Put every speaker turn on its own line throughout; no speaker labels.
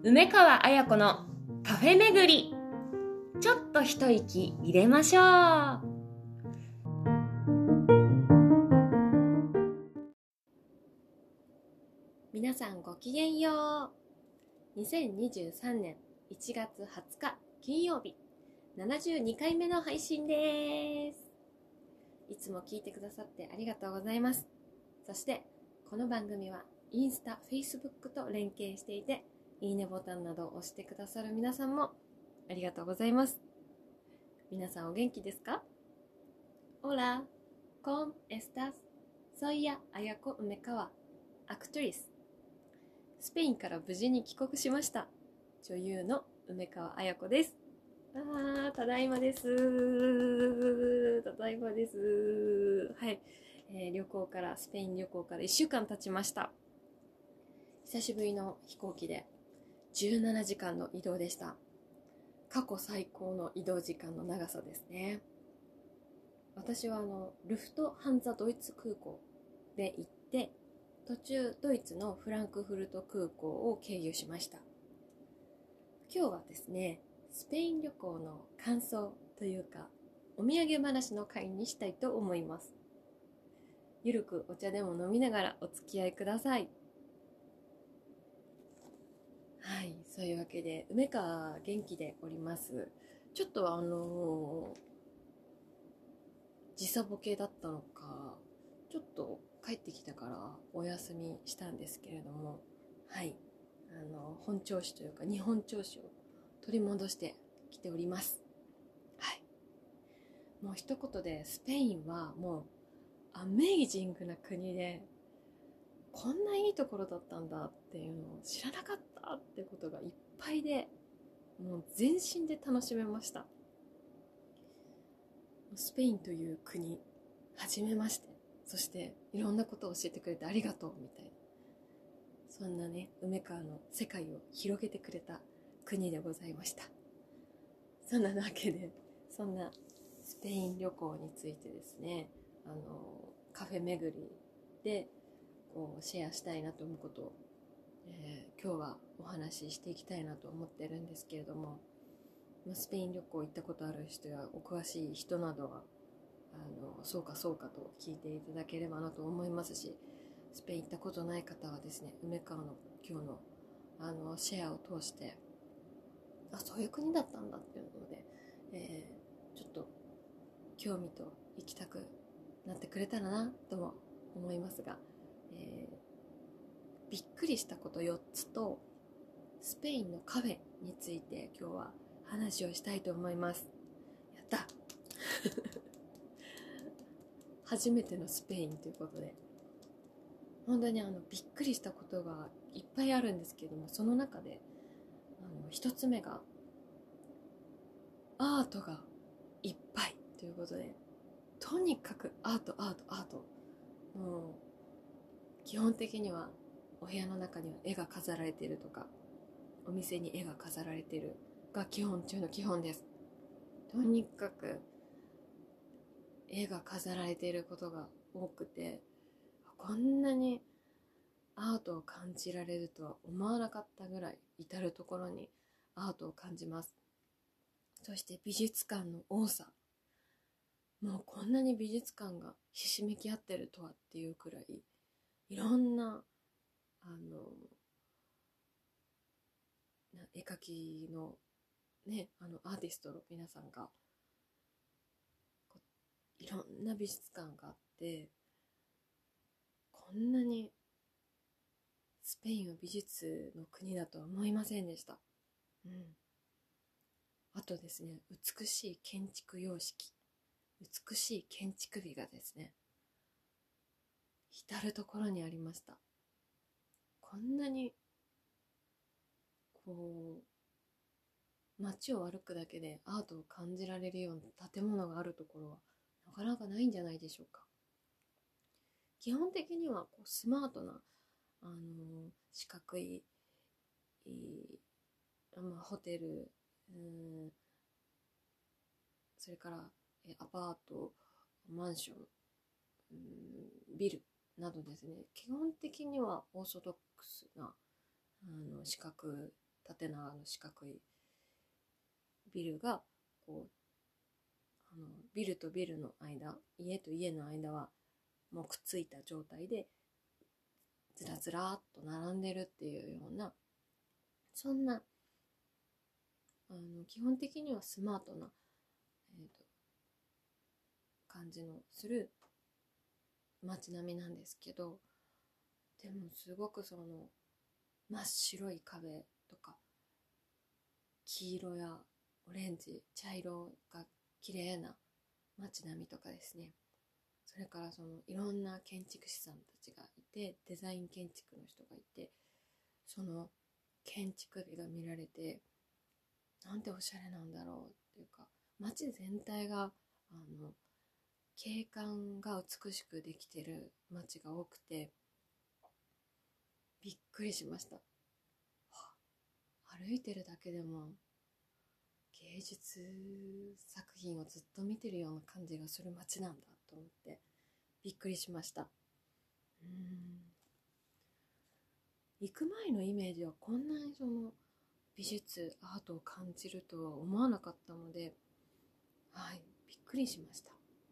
梅川彩子のカフェ巡り。ちょっと一息入れましょう。皆さんごきげんよう。2023年1月20日金曜日、72回目の配信です。いつも聞いてくださってありがとうございます。そしてこの番組はインスタ、フェイスブックと連携していて、いいねボタンなどを押してくださる皆さんもありがとうございます。皆さんお元気ですか？オラ、コンエスタス、ソイヤ・アヤコ・梅川、アクトリス。スペインから無事に帰国しました。女優の梅川彩子です。ただいまです。ただいまです。はい、スペイン旅行から1週間経ちました。久しぶりの飛行機で17時間の移動でした。過去最高の移動時間の長さですね。私はルフトハンザドイツ空港で行って、途中ドイツのフランクフルト空港を経由しました。今日はですね、スペイン旅行の感想というかお土産話の会にしたいと思います。ゆるくお茶でも飲みながらお付き合いください。はい、そういうわけで梅川元気でおります。ちょっと時差ボケだったのか、ちょっと帰ってきたからお休みしたんですけれども、はい、本調子というか日本調子を取り戻してきております。はい、もう一言でスペインはもうアメイジングな国で、こんないいところだったんだっていうのを知らなかったってことがいっぱいで、もう全身で楽しめました。スペインという国、初めまして、そしていろんなことを教えてくれてありがとうみたいな、そんなね、梅川の世界を広げてくれた国でございました。そんなわけで、そんなスペイン旅行についてですね、カフェ巡りでこうシェアしたいなと思うことを、今日はお話ししていきたいなと思ってるんですけれども、スペイン旅行行ったことある人やお詳しい人などはそうかそうかと聞いていただければなと思いますし、スペイン行ったことない方はですね、梅川の今日のシェアを通して、そういう国だったんだっていうので、ちょっと興味と行きたくなってくれたらなとも思いますが、びっくりしたこと4つとスペインのカフェについて今日は話をしたいと思います。やった初めてのスペインということで、本当にびっくりしたことがいっぱいあるんですけども、その中で一つ目がアートがいっぱいということで、とにかくアート。もう基本的にはお部屋の中には絵が飾られているとか、お店に絵が飾られているが基本中の基本です。とにかく絵が飾られていることが多くて、こんなにアートを感じられるとは思わなかったぐらい、至るところにアートを感じます。そして美術館の多さ、もうこんなに美術館がひしめき合ってるとはっていうくらい、いろんな絵描きのね、アーティストの皆さんがいろんな美術館があって、こんなにスペインは美術の国だとは思いませんでした。あとですね、美しい建築様式、美しい建築美がですね、至るところにありました。こんなにこう街を歩くだけでアートを感じられるような建物があるところはなかなかないんじゃないでしょうか。基本的にはこうスマートな四角い、ホテル、それからアパート、マンション、ビルなどですね、基本的にはオーソドックスな四角縦長の四角いビルがこうビルとビルの間、家と家の間はもうくっついた状態でずらずらっと並んでるっていうような、そんな基本的にはスマートな、感じのする街並みなんですけど、でもすごくその真っ白い壁とか黄色やオレンジ、茶色が綺麗な街並みとかですね、それからそのいろんな建築士さんたちがいて、デザイン建築の人がいて、その建築美が見られて、なんておしゃれなんだろうっていうか、街全体が景観が美しくできてる街が多くて、びっくりしました。歩いてるだけでも芸術作品をずっと見てるような感じがする街なんだと思ってびっくりしました。行く前のイメージはこんなにその美術アートを感じるとは思わなかったので、はい、びっくりしました。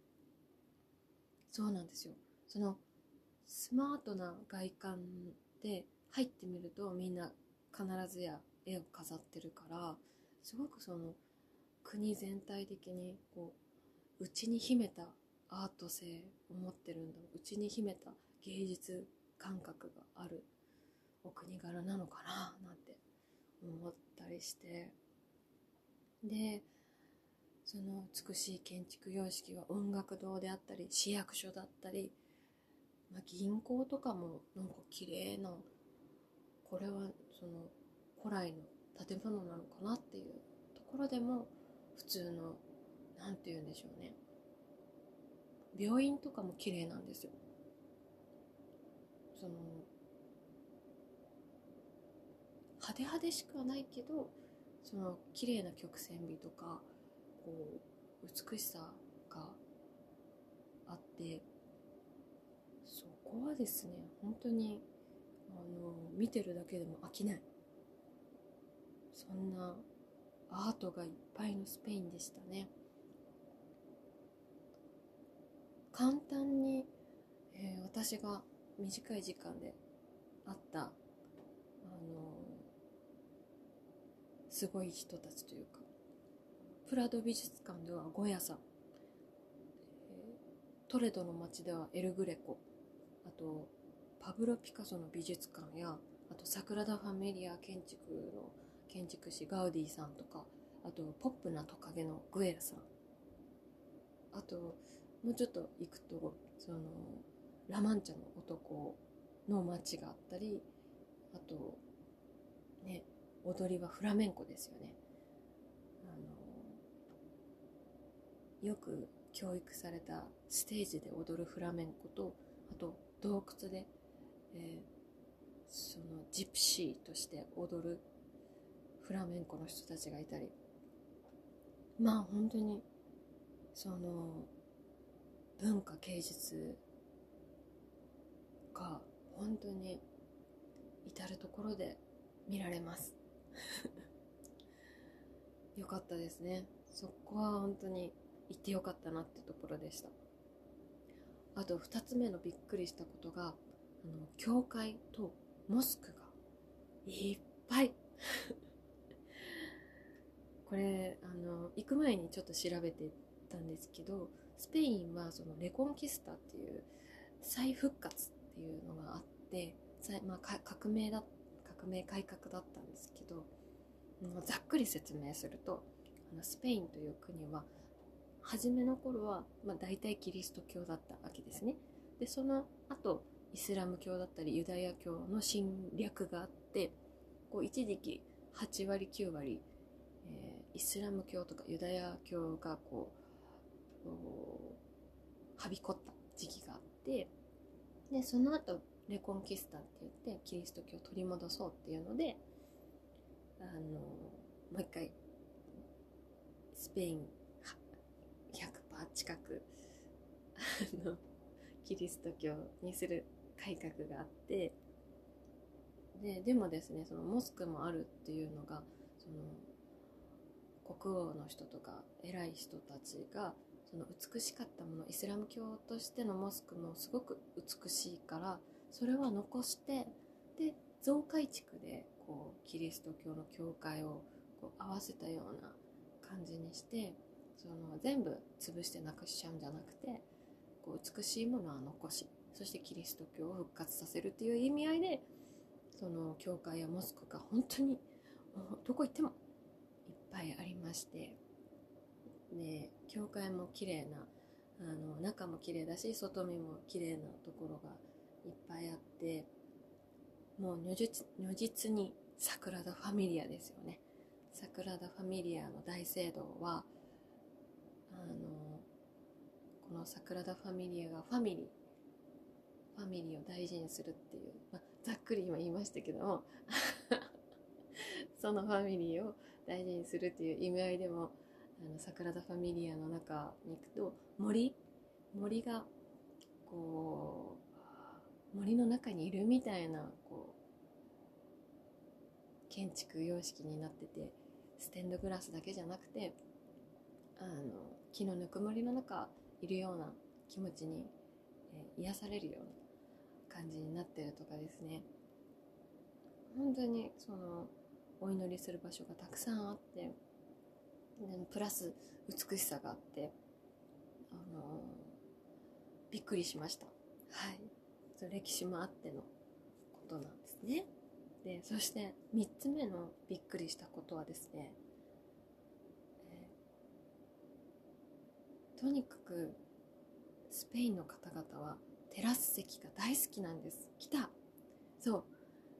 そうなんですよ。そのスマートな外観で入ってみると、みんな必ずや絵を飾ってるから、すごくその国全体的にこう内に秘めたアート性を持ってるんだ、内に秘めた芸術感覚があるお国柄なのかななんて思ったりして、でその美しい建築様式は音楽堂であったり市役所だったり、銀行とかもなんか綺麗な、これはその古来の建物なのかなっていうところでも、普通のなんて言うんでしょうね、病院とかも綺麗なんですよ。その派手派手しくはないけど、その綺麗な曲線美とかこう美しさがあって、そこはですね本当に見てるだけでも飽きない、そんなアートがいっぱいのスペインでしたね。簡単に、私が短い時間で会ったすごい人たちというか、プラド美術館ではゴヤさん、トレドの街ではエルグレコ、あとパブロ・ピカソの美術館や、あとサグラダ・ファミリア建築の建築士ガウディさんとか、あとポップなトカゲのグエラさん、あともうちょっと行くとそのラマンチャの男の街があったり、あとね、踊りはフラメンコですよね。よく教育されたステージで踊るフラメンコと、あと洞窟で、そのジプシーとして踊るフラメンコの人たちがいたり、本当にその文化芸術が本当に至るところで見られますよかったですね。そこは本当に行ってよかったなってところでした。あと2つ目のびっくりしたことが、教会とモスクがいっぱいこれ行く前にちょっと調べてたんですけど、スペインはそのレコンキスタっていう再復活っていうのがあって、革命改革だったんですけど、ざっくり説明すると、スペインという国は初めの頃は、大体キリスト教だったわけですね。でその後イスラム教だったりユダヤ教の侵略があって、こう一時期8割9割、イスラム教とかユダヤ教がこうはびこった時期があって、でその後レコンキスタって言ってキリスト教を取り戻そうっていうので、もう一回スペイン100%近くキリスト教にする改革があって、 でもですね、そのモスクもあるっていうのが、その国王の人とか偉い人たちがその美しかったもの、イスラム教としてのモスクもすごく美しいから、それは残して、で増改築でこうキリスト教の教会をこう合わせたような感じにして、その全部潰してなくしちゃうんじゃなくて、こう美しいものは残し、そしてキリスト教を復活させるっていう意味合いで、その教会やモスクが本当にどこ行ってもいっぱいありまして、で教会も綺麗な、中も綺麗だし外見も綺麗なところがいっぱいあって、もう如実にサグラダ・ファミリアですよね。サグラダ・ファミリアの大聖堂はこのサグラダ・ファミリアがファミリーを大事にするっていう、ざっくり今言いましたけどもそのファミリーを大事にするっていう意味合いでも、サグラダ・ファミリアの中に行くと森がこう森の中にいるみたいなこう建築様式になってて、ステンドグラスだけじゃなくて木のぬくもりの中いるような気持ちに、癒されるような感じになってるとかですね、本当にそのお祈りする場所がたくさんあって、プラス美しさがあって、びっくりしました。はい、その歴史もあってのことなんですね。でそして3つ目のびっくりしたことはですね、とにかくスペインの方々はテラス席が大好きなんです。来た、そう、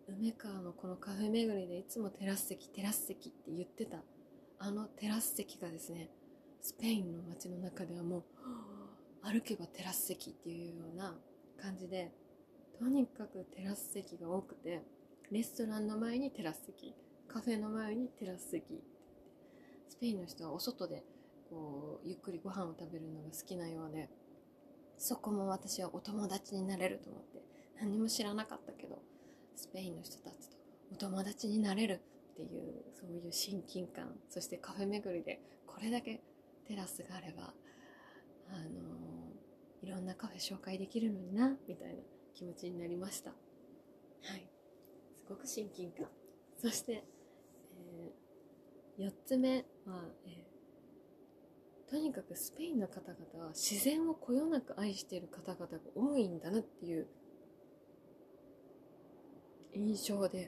梅川のこのカフェ巡りでいつもテラス席って言ってたあのテラス席がですね、スペインの街の中ではもう歩けばテラス席っていうような感じで、とにかくテラス席が多くて、レストランの前にテラス席、カフェの前にテラス席。スペインの人はお外でこうゆっくりご飯を食べるのが好きなようで、そこも私はお友達になれると思って、何も知らなかったけどスペインの人たちとお友達になれるっていう、そういう親近感、そしてカフェ巡りでこれだけテラスがあればいろんなカフェ紹介できるのになみたいな気持ちになりました。はい、すごく親近感。そして、4つ目は、とにかくスペインの方々は自然をこよなく愛している方々が多いんだなっていう印象で、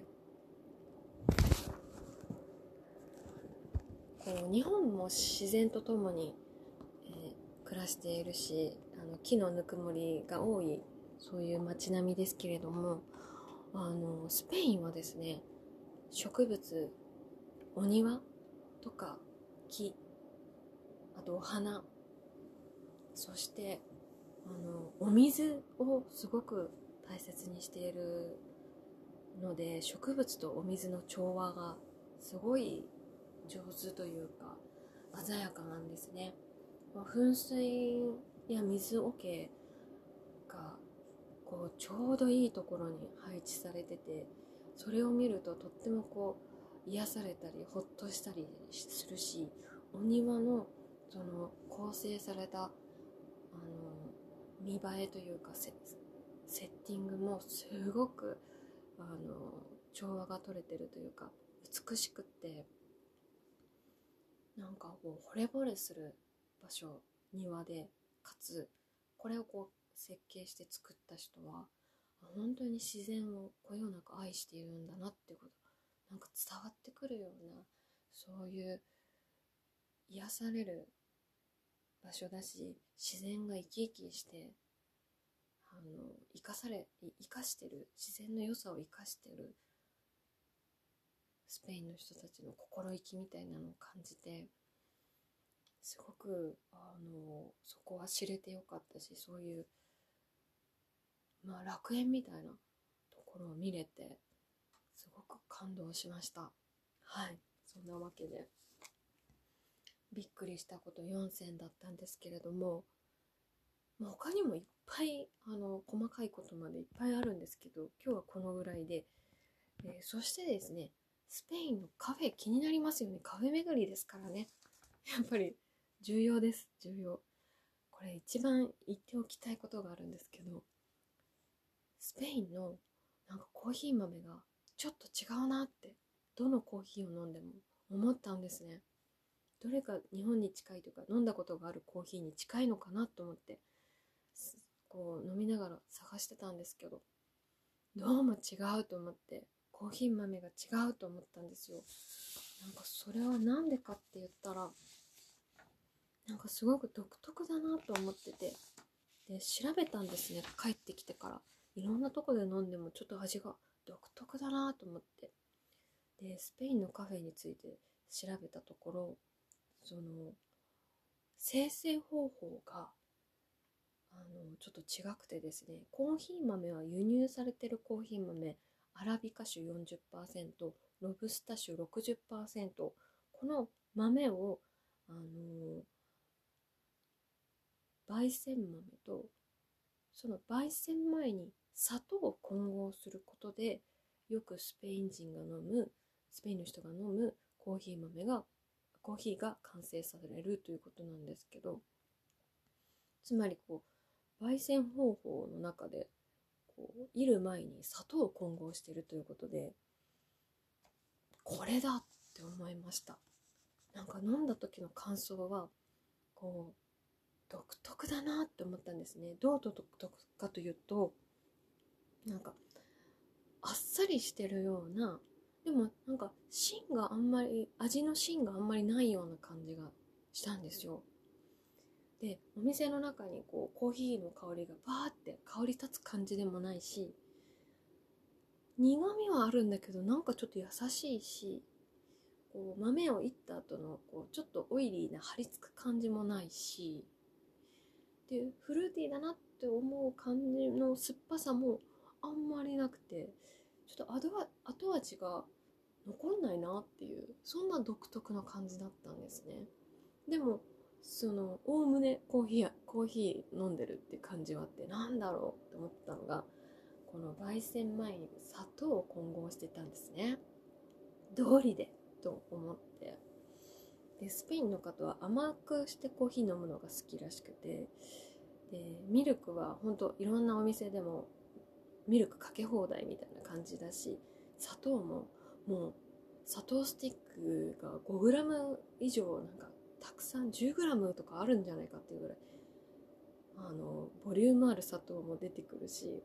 こう日本も自然とともに、暮らしているし、木のぬくもりが多いそういう街並みですけれども、スペインはですね、植物、お庭とか木、あとお花、そしてお水をすごく大切にしているので、植物とお水の調和がすごい上手というか鮮やかなんですね。噴水や水桶がこうちょうどいいところに配置されてて、それを見るととってもこう癒されたりほっとしたりするし、お庭のその構成された見栄えというかセッティングもすごく調和が取れてるというか美しくって、なんかこう惚れ惚れする場所、庭で、かつこれをこう設計して作った人は本当に自然をこよなく愛しているんだなっていうこと、なんか伝わってくるような、そういう癒される場所だし、自然が生き生きして生かしてる、自然の良さを生かしてるスペインの人たちの心意気みたいなのを感じて、すごくそこは知れてよかったし、そういう楽園みたいなところを見れてすごく感動しました。はい、そんなわけでびっくりしたこと4選だったんですけれども、他にもいっぱい細かいことまでいっぱいあるんですけど、今日はこのぐらいで、 そしてですね、スペインのカフェ気になりますよね。カフェ巡りですからね。やっぱり重要です、重要。これ一番言っておきたいことがあるんですけど、スペインのなんかコーヒー豆がちょっと違うなって、どのコーヒーを飲んでも思ったんですね。どれか日本に近いというか、飲んだことがあるコーヒーに近いのかなと思って、こう飲みながら探してたんですけど、どうも違うと思って、コーヒー豆が違うと思ったんですよ。なんかそれはなんでかって言ったら、なんかすごく独特だなと思ってて、で調べたんですね。帰ってきてからいろんなとこで飲んでもちょっと味が独特だなと思って、でスペインのカフェについて調べたところ、その生成方法がちょっと違くてですね、コーヒー豆は輸入されてるコーヒー豆、アラビカ種 40%、ロブスタ種 60%、この豆を、焙煎豆と、その焙煎前に砂糖を混合することで、よくスペインの人が飲むコーヒーが完成されるということなんですけど、つまり焙煎方法の中で煎る前に砂糖を混合しているということで、これだって思いました。なんか飲んだ時の感想は独特だなって思ったんですね。どう独特かというと、なんかあっさりしてるような、でもなんか味の芯があんまりないような感じがしたんですよ。でお店の中にコーヒーの香りがバーって香り立つ感じでもないし、苦味はあるんだけどなんかちょっと優しいし、豆をいった後のちょっとオイリーな張り付く感じもないし、でフルーティーだなって思う感じの酸っぱさもあんまりなくて、ちょっと後味が残んないなっていう、そんな独特な感じだったんですね。でもおおむねコーヒー飲んでるって感じはあって、なんだろうって思ったのが、この焙煎前に砂糖を混合してたんですね。道理でと思って、でスペインの方は甘くしてコーヒー飲むのが好きらしくて、でミルクは本当いろんなお店でもミルクかけ放題みたいな感じだし、砂糖ももう砂糖スティックが 5g 以上、なんかたくさん 10g とかあるんじゃないかっていうぐらいボリュームある砂糖も出てくるし、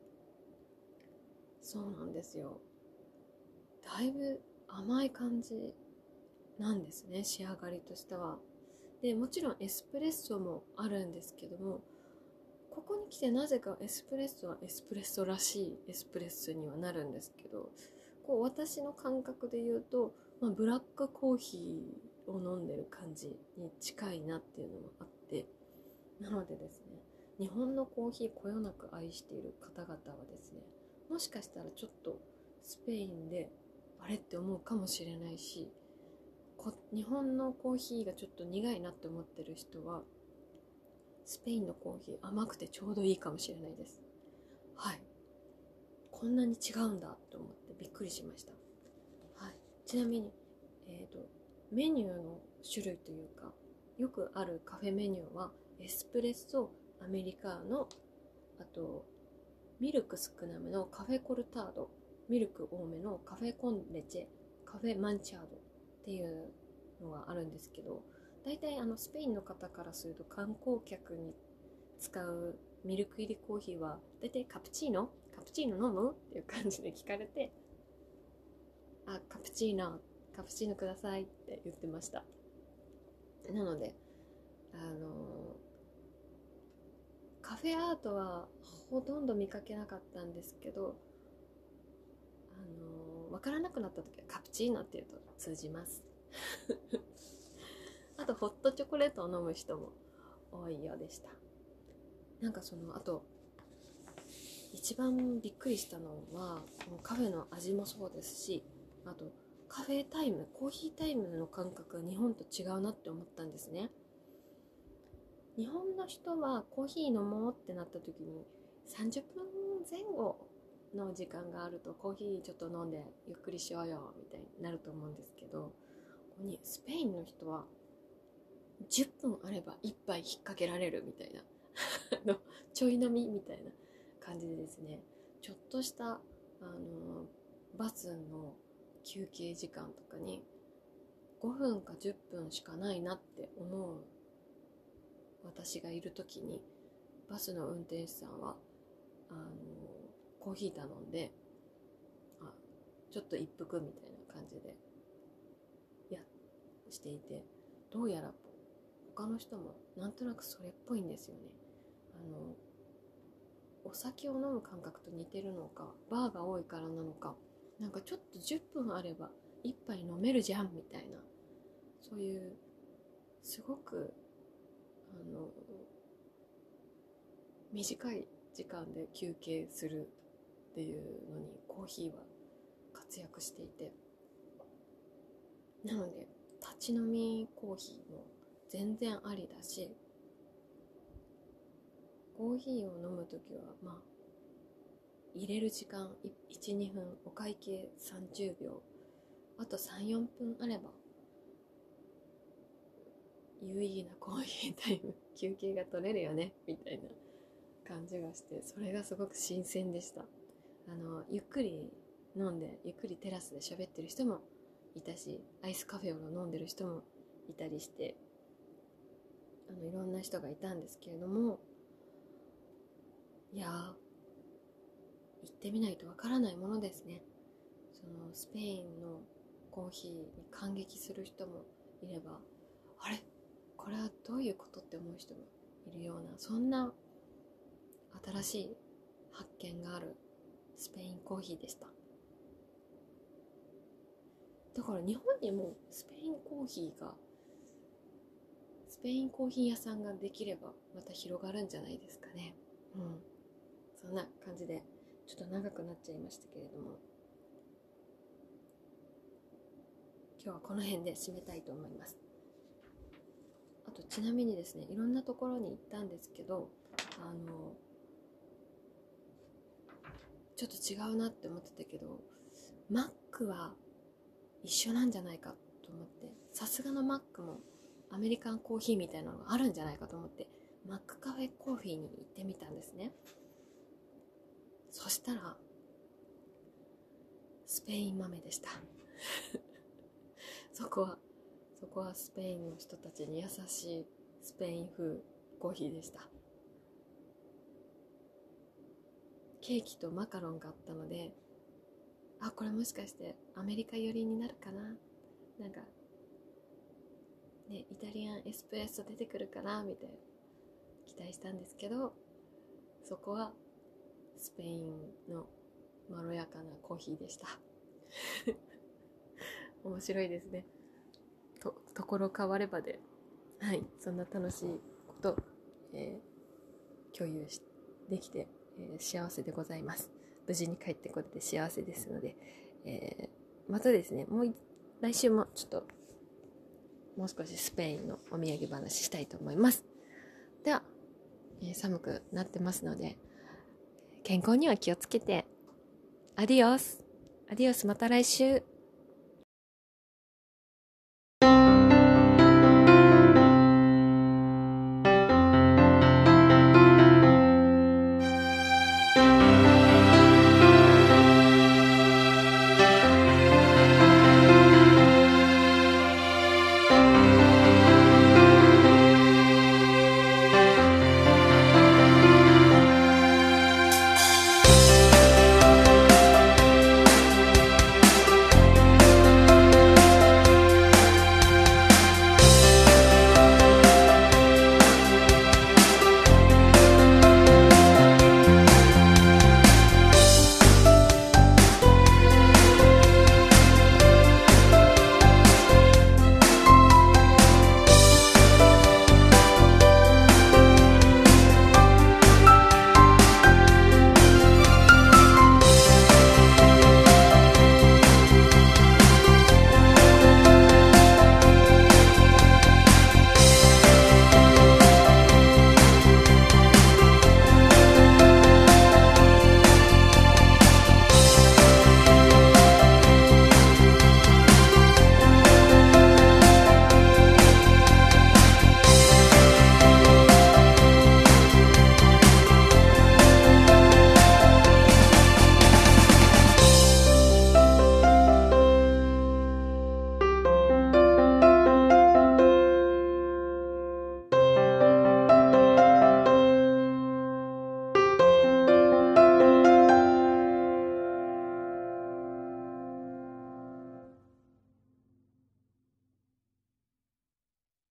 そうなんですよ。だいぶ甘い感じなんですね、仕上がりとしては。でもちろんエスプレッソもあるんですけども、ここに来てなぜかエスプレッソはエスプレッソらしいエスプレッソにはなるんですけど、私の感覚で言うと、ブラックコーヒーを飲んでる感じに近いなっていうのもあって、なのでですね、日本のコーヒーこよなく愛している方々はですね、もしかしたらちょっとスペインであれって思うかもしれないし、日本のコーヒーがちょっと苦いなって思ってる人は、スペインのコーヒー甘くてちょうどいいかもしれないです。はい、こんなに違うんだと思ってびっくりしました。はい、ちなみに、メニューの種類というか、よくあるカフェメニューはエスプレッソ、アメリカーノ、あとミルク少なめのカフェコルタード、ミルク多めのカフェコンレチェ、カフェマンチャードっていうのがあるんですけど、大体スペインの方からすると観光客に使うミルク入りコーヒーは大体カプチーノ飲むっていう感じで聞かれて、カプチーノくださいって言ってました。なのでカフェアートはほとんど見かけなかったんですけど、分からなくなった時はカプチーノって言うと通じますあとホットチョコレートを飲む人も多いようでした。なんかあと一番びっくりしたのは、このカフェの味もそうですし、あとカフェタイム、コーヒータイムの感覚が日本と違うなって思ったんですね。日本の人はコーヒー飲もうってなった時に30分前後の時間があるとコーヒーちょっと飲んでゆっくりしようよみたいになると思うんですけど、ここにスペインの人は10分あれば1杯引っ掛けられるみたいなちょい飲みみたいな感じでですね、ちょっとしたバスの休憩時間とかに5分か10分しかないなって思う私がいるときに、バスの運転手さんはコーヒー頼んで、ちょっと一服みたいな感じでしていて、どうやら他の人もなんとなくそれっぽいんですよね。お酒を飲む感覚と似てるのか、バーが多いからなのか、なんかちょっと10分あれば一杯飲めるじゃんみたいな、そういうすごく短い時間で休憩するっていうのにコーヒーは活躍していて、なので立ち飲みコーヒーも全然ありだし、コーヒーを飲むときは入れる時間 1,2 分、お会計30秒、あと 3,4 分あれば有意義なコーヒータイム休憩が取れるよねみたいな感じがして、それがすごく新鮮でした。ゆっくり飲んでゆっくりテラスで喋ってる人もいたし、アイスカフェを飲んでる人もいたりして、いろんな人がいたんですけれども、いや行ってみないとわからないものですね。そのスペインのコーヒーに感激する人もいれば、あれこれはどういうことって思う人もいるような、そんな新しい発見があるスペインコーヒーでした。だから日本にもスペインコーヒー屋さんができればまた広がるんじゃないですかね。そんな感じでちょっと長くなっちゃいましたけれども、今日はこの辺で締めたいと思います。あとちなみにですね、いろんなところに行ったんですけど、ちょっと違うなって思ってたけど、マックは一緒なんじゃないかと思って、さすがのマックもアメリカンコーヒーみたいなのがあるんじゃないかと思って、マックカフェコーヒーに行ってみたんですね。そしたらスペイン豆でしたそこはスペインの人たちに優しいスペイン風コーヒーでした。ケーキとマカロンがあったので、これもしかしてアメリカ寄りになるかな、なんかね、イタリアンエスプレッソ出てくるかなみたいな期待したんですけど、そこはスペインのまろやかなコーヒーでした面白いですね。ところ変わればで、そんな楽しいこと、共有できて、幸せでございます。無事に帰ってこれて幸せですので、またですね、来週もちょっともう少しスペインのお土産話したいと思います。では、寒くなってますので健康には気をつけて、アディオス、また来週。